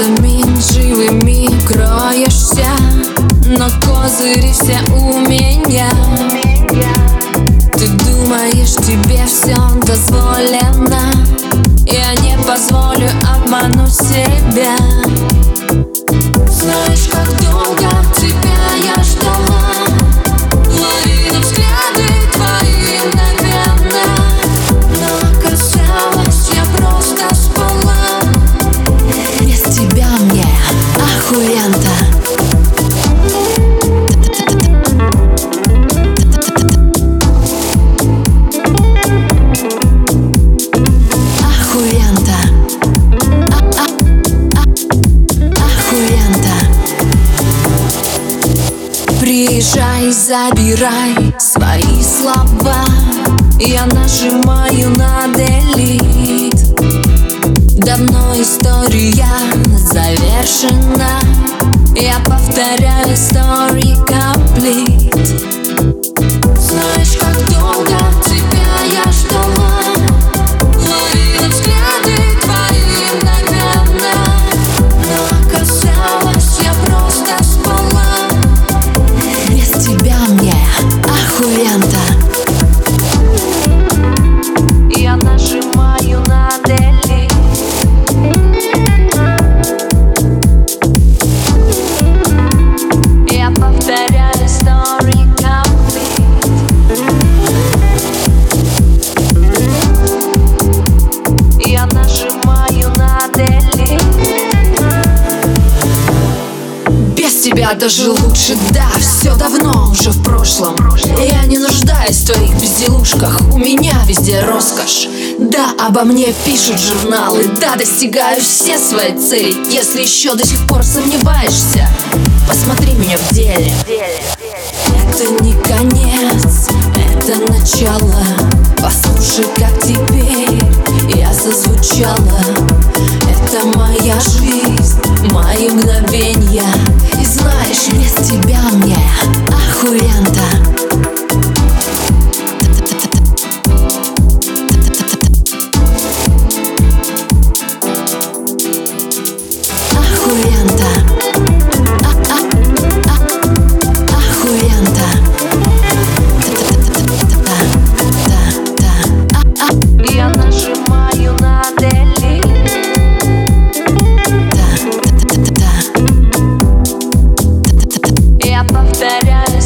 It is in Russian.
Фразами живыми кроешься, но козыри все у меня. Ты думаешь, тебе все дозволено, я не позволю обмануть себя. Знаешь, как долго тебя я ждала, ловила взгляды твои мгновенно, но оказалось, я просто спала. Без тебя мне охуенно. Приезжай, забирай свои слова, я нажимаю на делит. Давно история завершена, я повторяю story complete. Знаешь, как долго тебя я ждала, ловила взгляды твои мгновенно, но оказалось, я просто спала. Без тебя мне охуенно. Я нажимаю на делит. Я повторяю story complete. Я нажимаю на делит. Без тебя даже лучше, да, все давно уже в прошлом. Я не нуждаюсь в твоих безделушках, у меня везде роскошь. Да, обо мне пишут журналы, да, достигаю все свои цели. Если еще до сих пор сомневаешься, посмотри меня в деле. Это не конец, это начало. Послушай, как теперь я зазвучала. Это моя жизнь, мои мгновенья. И знаешь, без тебя мне охуенно. Я нажимаю на делит. Я повторяю